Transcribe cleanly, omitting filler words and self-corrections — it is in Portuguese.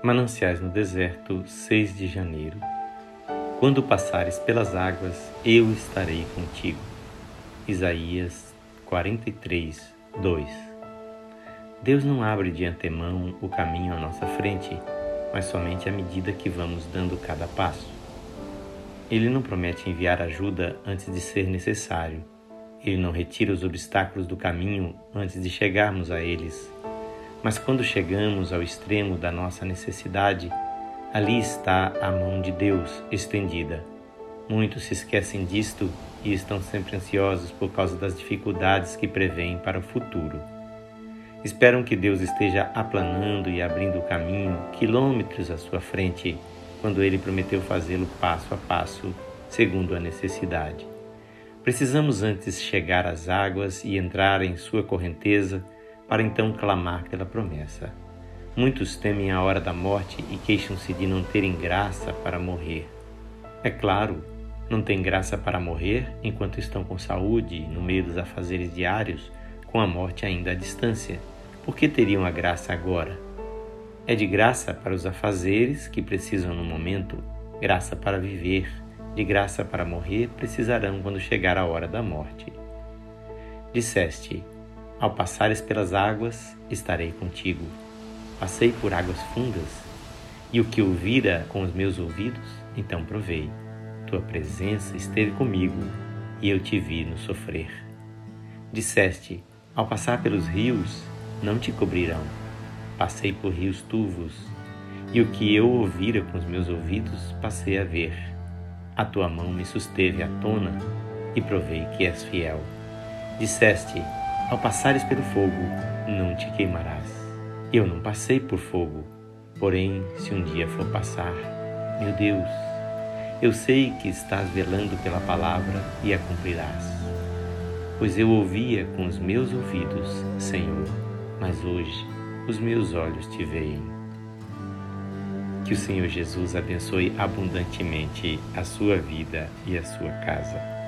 Mananciais no deserto, 6 de janeiro. Quando passares pelas águas, eu estarei contigo. Isaías 43, 2. Deus não abre de antemão o caminho à nossa frente, mas somente à medida que vamos dando cada passo. Ele não promete enviar ajuda antes de ser necessário. Ele não retira os obstáculos do caminho antes de chegarmos a eles. Mas quando chegamos ao extremo da nossa necessidade, ali está a mão de Deus estendida. Muitos se esquecem disto e estão sempre ansiosos por causa das dificuldades que prevêem para o futuro. Esperam que Deus esteja aplanando e abrindo o caminho quilômetros à sua frente, quando Ele prometeu fazê-lo passo a passo, segundo a necessidade. Precisamos antes chegar às águas e entrar em sua correnteza, para então clamar pela promessa. Muitos temem a hora da morte e queixam-se de não terem graça para morrer. É claro, não têm graça para morrer enquanto estão com saúde, no meio dos afazeres diários, com a morte ainda à distância. Por que teriam a graça agora? É de graça para os afazeres que precisam no momento, graça para viver, de graça para morrer precisarão quando chegar a hora da morte. Disseste: ao passares pelas águas, estarei contigo. Passei por águas fundas, e o que ouvira com os meus ouvidos, então provei. Tua presença esteve comigo, e eu te vi no sofrer. Disseste: ao passar pelos rios, não te cobrirão. Passei por rios turvos, e o que eu ouvira com os meus ouvidos, passei a ver. A tua mão me susteve à tona, e provei que és fiel. Disseste: ao passares pelo fogo, não te queimarás. Eu não passei por fogo, porém, se um dia for passar, meu Deus, eu sei que estás velando pela palavra e a cumprirás. Pois eu ouvia com os meus ouvidos, Senhor, mas hoje os meus olhos te veem. Que o Senhor Jesus abençoe abundantemente a sua vida e a sua casa.